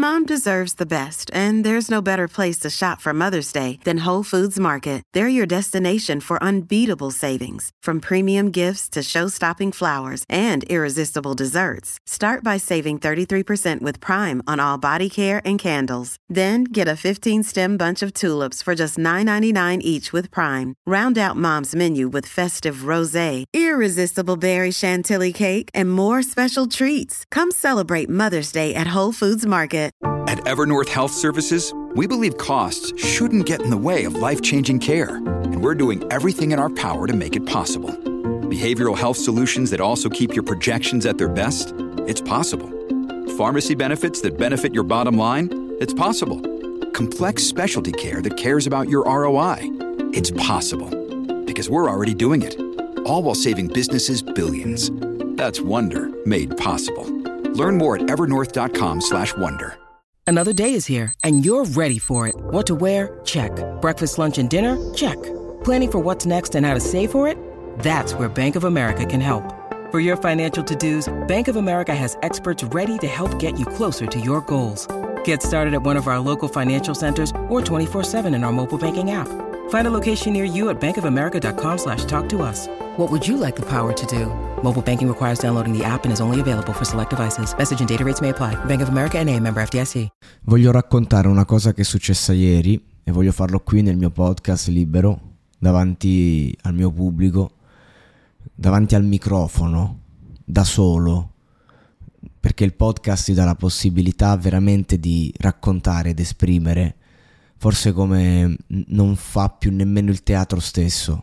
Mom deserves the best, and there's no better place to shop for Mother's Day than Whole Foods Market. They're your destination for unbeatable savings, from premium gifts to show-stopping flowers and irresistible desserts. Start by saving 33% with Prime on all body care and candles. Then get a 15-stem bunch of tulips for just $9.99 each with Prime. Round out Mom's menu with festive rosé, irresistible berry chantilly cake, and more special treats. Come celebrate Mother's Day at Whole Foods Market. At Evernorth Health Services, we believe costs shouldn't get in the way of life-changing care, and we're doing everything in our power to make it possible. Behavioral health solutions that also keep your projections at their best? It's possible. Pharmacy benefits that benefit your bottom line? It's possible. Complex specialty care that cares about your ROI? It's possible. Because we're already doing it. All while saving businesses billions. That's Wonder made possible. Learn more at evernorth.com/wonder. Another day is here, and you're ready for it. What to wear? Check. Breakfast, lunch, and dinner? Check. Planning for what's next and how to save for it? That's where Bank of America can help. For your financial to-dos, Bank of America has experts ready to help get you closer to your goals. Get started at one of our local financial centers or 24/7 in our mobile banking app. Find a location near you at bankofamerica.com/talktous. What would you like the power to do? Mobile banking requires downloading the app and is only available for select devices. Message and data rates may apply. Bank of America N.A., member FDIC. Voglio raccontare una cosa che è successa ieri e voglio farlo qui nel mio podcast libero, davanti al mio pubblico, davanti al microfono, da solo, perché il podcast ti dà la possibilità veramente di raccontare ed esprimere, forse come non fa più nemmeno il teatro stesso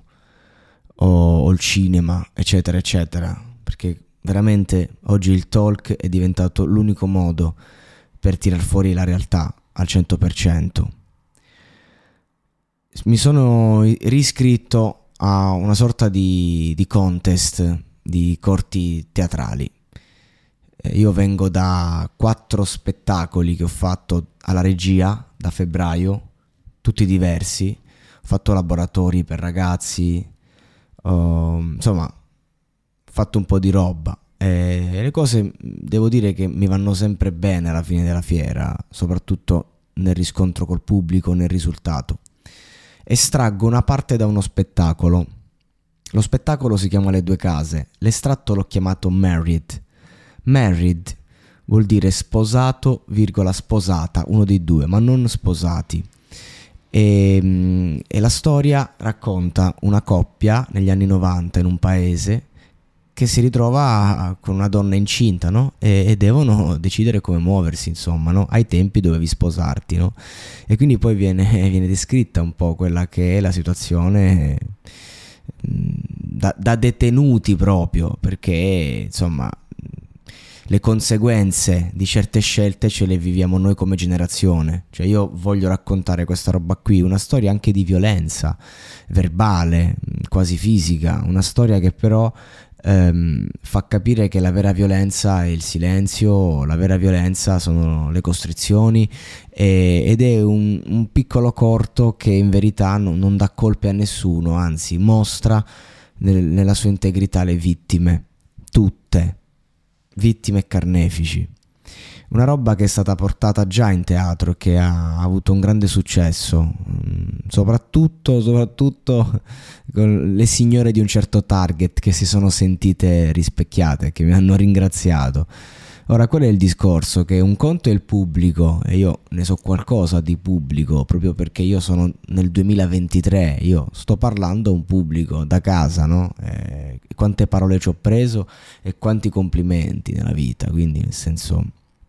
o il cinema, eccetera eccetera, perché veramente oggi il talk è diventato l'unico modo per tirar fuori la realtà al 100%. Mi sono riscritto a una sorta di contest di corti teatrali. Io vengo da 4 spettacoli che ho fatto alla regia da febbraio, tutti diversi. Ho fatto laboratori per ragazzi, insomma, ho fatto un po' di roba. E le cose devo dire che mi vanno sempre bene alla fine della fiera, soprattutto nel riscontro col pubblico, nel risultato. Estraggo una parte da uno spettacolo. Lo spettacolo si chiama Le due case. L'estratto l'ho chiamato Married. Married vuol dire sposato, sposata, uno dei due, ma non sposati. E la storia racconta una coppia negli anni 90 in un paese che si ritrova con una donna incinta, no? E devono decidere come muoversi, insomma, no? Ai tempi dovevi sposarti, no? E quindi poi viene descritta un po' quella che è la situazione da detenuti proprio, perché insomma le conseguenze di certe scelte ce le viviamo noi come generazione. Cioè io voglio raccontare questa roba qui, una storia anche di violenza verbale, quasi fisica, una storia che però fa capire che la vera violenza è il silenzio, la vera violenza sono le costrizioni, ed è un piccolo corto che in verità non dà colpe a nessuno, anzi mostra nella sua integrità le vittime, tutte vittime e carnefici. Una roba che è stata portata già in teatro e che ha avuto un grande successo, soprattutto con le signore di un certo target che si sono sentite rispecchiate, che mi hanno ringraziato. Ora, qual è il discorso? Che un conto è il pubblico, e io ne so qualcosa di pubblico, proprio perché io sono nel 2023, io sto parlando a un pubblico da casa, no? Quante parole ci ho preso e quanti complimenti nella vita, quindi nel senso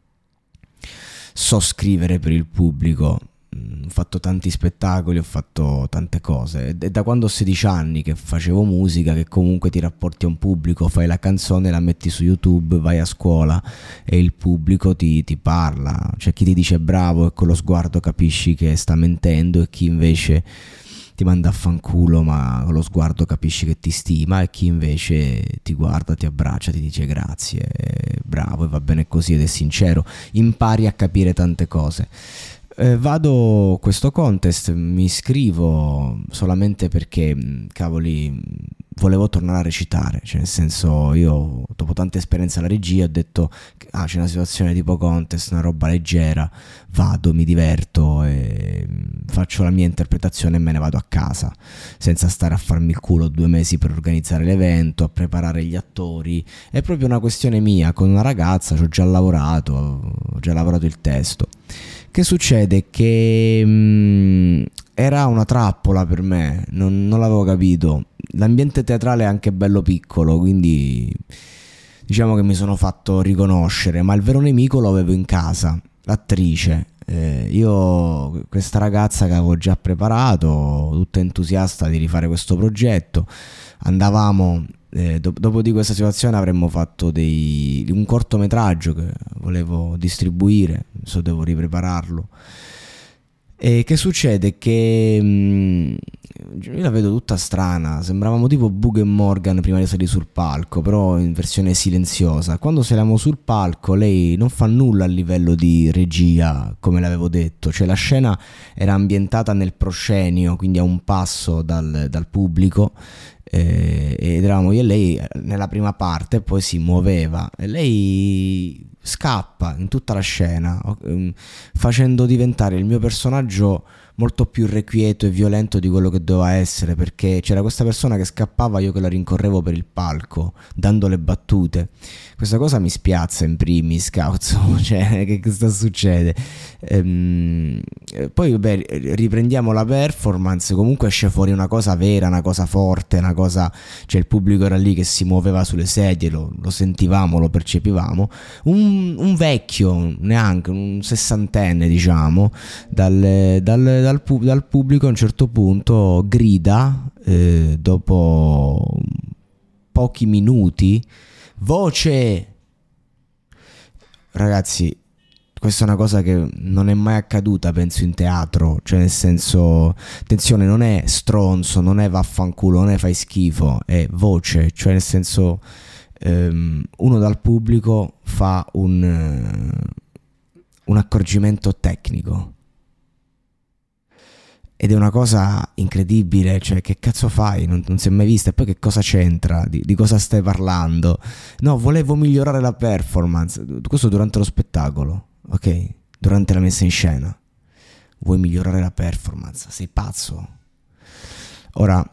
so scrivere per il pubblico. Ho fatto tanti spettacoli, ho fatto tante cose. È da quando ho 16 anni che facevo musica, che comunque ti rapporti a un pubblico, fai la canzone, la metti su YouTube, vai a scuola e il pubblico ti parla. C'è chi ti dice bravo e con lo sguardo capisci che sta mentendo, e chi invece ti manda a fanculo ma con lo sguardo capisci che ti stima, e chi invece ti guarda, ti abbraccia, ti dice grazie, bravo, e va bene così ed è sincero. Impari a capire tante cose. Vado a questo contest, mi iscrivo solamente perché, cavoli, volevo tornare a recitare, cioè nel senso, io dopo tanta esperienza alla regia ho detto, c'è una situazione tipo contest, una roba leggera, vado, mi diverto e faccio la mia interpretazione e me ne vado a casa, senza stare a farmi il culo 2 mesi per organizzare l'evento, a preparare gli attori. È proprio una questione mia, con una ragazza ci ho già lavorato il testo. Che succede? Che era una trappola per me, non l'avevo capito. L'ambiente teatrale è anche bello piccolo, quindi diciamo che mi sono fatto riconoscere, ma il vero nemico lo avevo in casa, l'attrice. Io questa ragazza che avevo già preparato, tutta entusiasta di rifare questo progetto, andavamo, dopo di questa situazione avremmo fatto un cortometraggio che volevo distribuire, adesso devo riprepararlo. E che succede? Che io la vedo tutta strana, sembravamo tipo Bug e Morgan prima di salire sul palco, però in versione silenziosa. Quando saliamo sul palco lei non fa nulla a livello di regia, come l'avevo detto, cioè la scena era ambientata nel proscenio, quindi a un passo dal pubblico, ed eravamo io e lei nella prima parte, poi si muoveva e lei scappa in tutta la scena, facendo diventare il mio personaggio molto più irrequieto e violento di quello che doveva essere, perché c'era questa persona che scappava, io che la rincorrevo per il palco dando le battute. Questa cosa mi spiazza in primis, cazzo, cioè che sta succede? Poi vabbè, riprendiamo la performance, comunque esce fuori una cosa vera, una cosa forte, una cosa, cioè il pubblico era lì che si muoveva sulle sedie, lo sentivamo, lo percepivamo. Un vecchio, neanche un sessantenne, diciamo, dal pubblico a un certo punto grida, dopo pochi minuti, voce. Ragazzi, questa è una cosa che non è mai accaduta, penso, in teatro, cioè nel senso, attenzione, non è stronzo, non è vaffanculo, non è fai schifo, è voce, cioè nel senso, uno dal pubblico fa un accorgimento tecnico. Ed è una cosa incredibile, cioè che cazzo fai? Non si è mai vista. E poi che cosa c'entra? Di cosa stai parlando? No, volevo migliorare la performance. Questo durante lo spettacolo, ok? Durante la messa in scena. Vuoi migliorare la performance? Sei pazzo? Ora,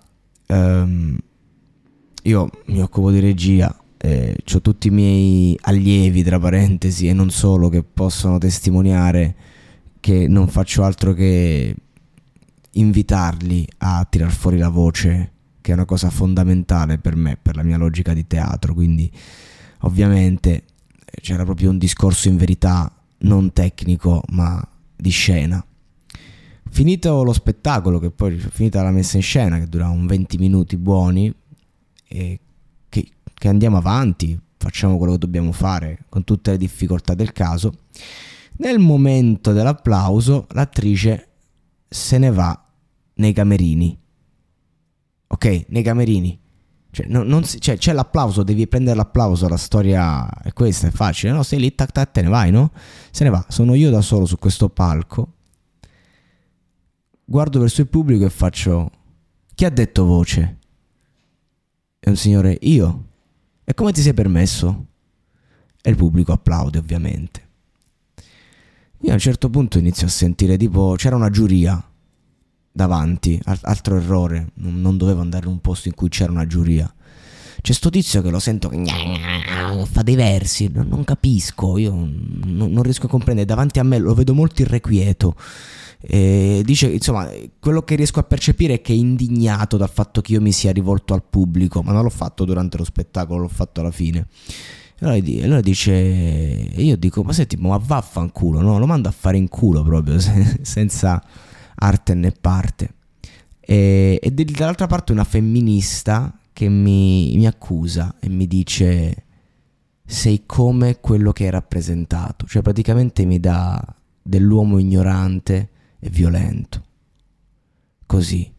io mi occupo di regia, ho tutti i miei allievi, tra parentesi, e non solo, che possono testimoniare che non faccio altro che invitarli a tirar fuori la voce, che è una cosa fondamentale per me, per la mia logica di teatro. Quindi ovviamente c'era proprio un discorso in verità non tecnico ma di scena. Finito lo spettacolo, che poi finita la messa in scena, che dura un 20 minuti buoni, e che andiamo avanti, facciamo quello che dobbiamo fare con tutte le difficoltà del caso, nel momento dell'applauso l'attrice se ne va nei camerini, ok? Nei camerini, cioè, c'è l'applauso, devi prendere l'applauso, la storia è questa, è facile, no? Sei lì, tac tac, te ne vai, no? Se ne va, sono io da solo su questo palco, guardo verso il pubblico e faccio: chi ha detto voce? È un signore: io. E come ti sei permesso? E il pubblico applaude, ovviamente. Io a un certo punto inizio a sentire tipo, c'era una giuria davanti, altro errore, non dovevo andare in un posto in cui c'era una giuria. C'è sto tizio che lo sento che fa dei versi, non capisco, io non riesco a comprendere, davanti a me lo vedo molto irrequieto, dice, insomma, quello che riesco a percepire è che è indignato dal fatto che io mi sia rivolto al pubblico, ma non l'ho fatto durante lo spettacolo, l'ho fatto alla fine. Allora dice, e io dico: ma senti, ma vaffanculo, no? Lo mando a fare in culo proprio, senza arte né parte. E dall'altra parte una femminista che mi accusa e mi dice: sei come quello che hai rappresentato. Cioè praticamente mi dà dell'uomo ignorante e violento. Così.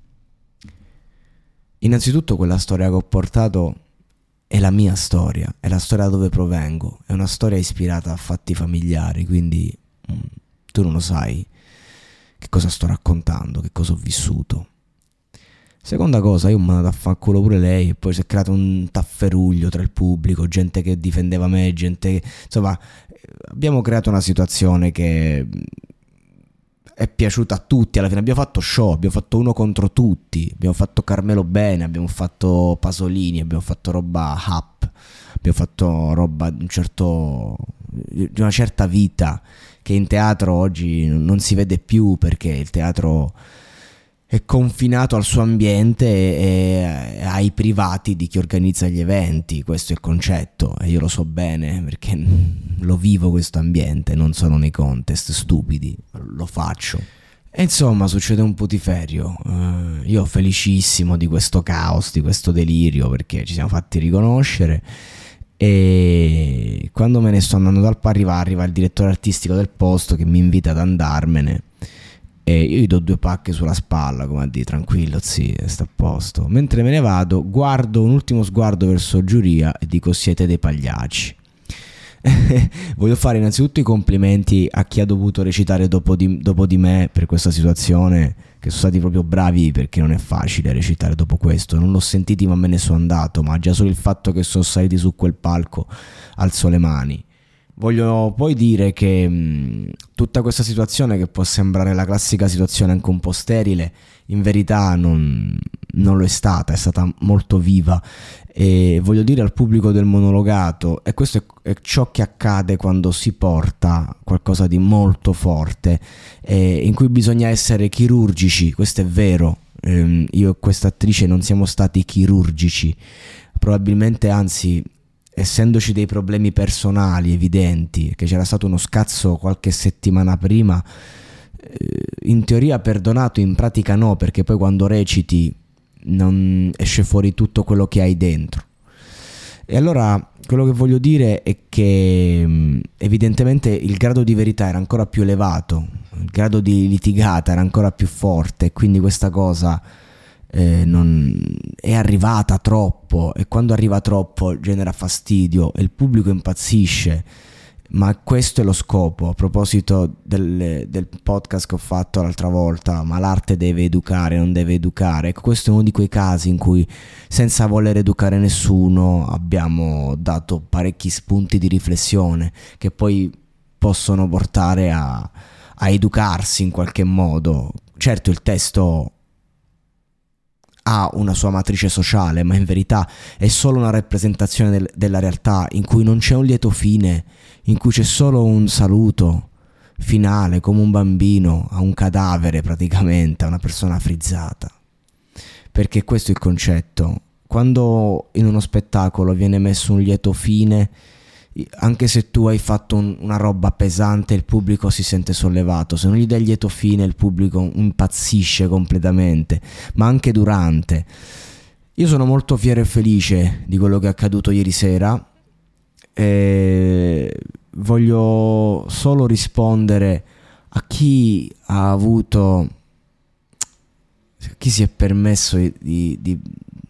Innanzitutto quella storia che ho portato è la mia storia, è la storia da dove provengo, è una storia ispirata a fatti familiari, quindi tu non lo sai, che cosa sto raccontando, che cosa ho vissuto. Seconda cosa, io ho mandato a fanculo pure lei, e poi si è creato un tafferuglio tra il pubblico, gente che difendeva me, gente che... Insomma, abbiamo creato una situazione che è piaciuta a tutti. Alla fine abbiamo fatto show, abbiamo fatto uno contro tutti, abbiamo fatto Carmelo Bene, abbiamo fatto Pasolini, abbiamo fatto roba up, abbiamo fatto roba di una certa vita che in teatro oggi non si vede più, perché il teatro è confinato al suo ambiente e ai privati di chi organizza gli eventi. Questo è il concetto, e io lo so bene perché lo vivo questo ambiente, non sono nei contest stupidi, lo faccio. E insomma succede un putiferio. Io felicissimo di questo caos, di questo delirio, perché ci siamo fatti riconoscere. E quando me ne sto andando dal arriva il direttore artistico del posto che mi invita ad andarmene, e io gli do 2 pacche sulla spalla, come a dire: tranquillo zii, sta a posto. Mentre me ne vado, guardo un ultimo sguardo verso giuria e dico: siete dei pagliacci. Voglio fare innanzitutto i complimenti a chi ha dovuto recitare dopo di me per questa situazione, che sono stati proprio bravi, perché non è facile recitare dopo questo. Non l'ho sentiti ma me ne sono andato, ma già solo il fatto che sono saliti su quel palco alzo le mani. Voglio poi dire che tutta questa situazione, che può sembrare la classica situazione anche un po' sterile, in verità non lo è stata molto viva. E voglio dire al pubblico del monologato, e questo è ciò che accade quando si porta qualcosa di molto forte, in cui bisogna essere chirurgici. Questo è vero, io e questa attrice non siamo stati chirurgici, probabilmente, anzi, essendoci dei problemi personali evidenti, che c'era stato uno scazzo qualche settimana prima, in teoria perdonato, in pratica no, perché poi quando reciti non esce fuori tutto quello che hai dentro. E allora quello che voglio dire è che evidentemente il grado di verità era ancora più elevato, il grado di litigata era ancora più forte, quindi questa cosa è arrivata troppo, e quando arriva troppo genera fastidio e il pubblico impazzisce. Ma questo è lo scopo. A proposito del podcast che ho fatto l'altra volta, ma l'arte deve educare, non deve educare, ecco, questo è uno di quei casi in cui, senza voler educare nessuno, abbiamo dato parecchi spunti di riflessione che poi possono portare a educarsi in qualche modo. Certo, il testo ha una sua matrice sociale, ma in verità è solo una rappresentazione della realtà, in cui non c'è un lieto fine, in cui c'è solo un saluto finale, come un bambino a un cadavere, praticamente, a una persona frizzata. Perché questo è il concetto. Quando in uno spettacolo viene messo un lieto fine, anche se tu hai fatto una roba pesante, il pubblico si sente sollevato. Se non gli dai il lieto fine, il pubblico impazzisce completamente, ma anche durante. Io sono molto fiero e felice di quello che è accaduto ieri sera, e voglio solo rispondere a chi ha avuto, chi si è permesso di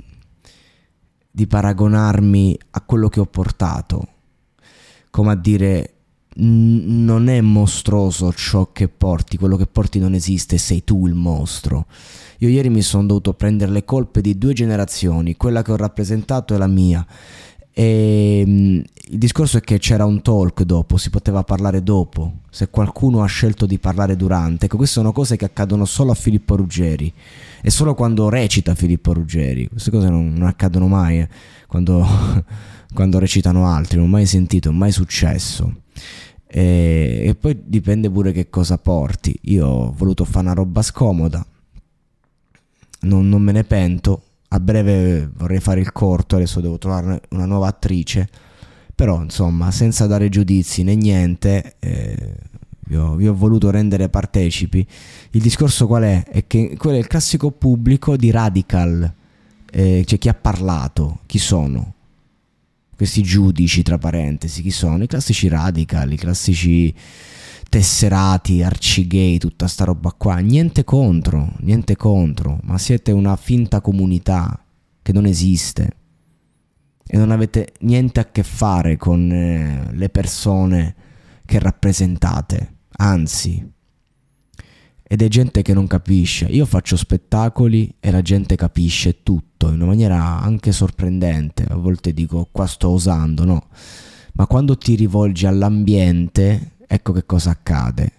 paragonarmi a quello che ho portato. Come a dire, non è mostruoso ciò che porti, quello che porti non esiste, sei tu il mostro. Io ieri mi sono dovuto prendere le colpe di 2 generazioni, quella che ho rappresentato e la mia. E il discorso è che c'era un talk dopo, si poteva parlare dopo, se qualcuno ha scelto di parlare durante. Ecco, queste sono cose che accadono solo a Filippo Ruggeri, e solo quando recita Filippo Ruggeri. Queste cose non accadono mai quando recitano altri, non ho mai sentito, mai successo. E poi dipende pure che cosa porti. Io ho voluto fare una roba scomoda, non me ne pento. A breve vorrei fare il corto, adesso devo trovare una nuova attrice, però insomma, senza dare giudizi né niente, vi ho voluto rendere partecipi. Il discorso qual è? È che quello è il classico pubblico di Radical, cioè chi ha parlato, chi sono questi giudici, tra parentesi, chi sono? I classici Radical, i classici tesserati, arcigay, tutta sta roba qua. Niente contro, ma siete una finta comunità che non esiste e non avete niente a che fare con le persone che rappresentate, anzi. ed è gente che non capisce. Io faccio spettacoli e la gente capisce tutto in una maniera anche sorprendente. A volte dico qua sto osando, no, ma quando ti rivolgi all'ambiente, ecco che cosa accade.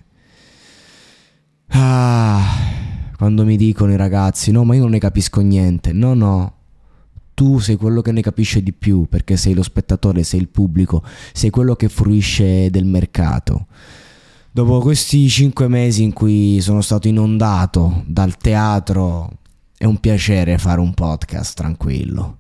Quando mi dicono i ragazzi no ma io non ne capisco niente, no, tu sei quello che ne capisce di più, perché sei lo spettatore, sei il pubblico, sei quello che fruisce del mercato. Dopo questi 5 mesi in cui sono stato inondato dal teatro, è un piacere fare un podcast tranquillo.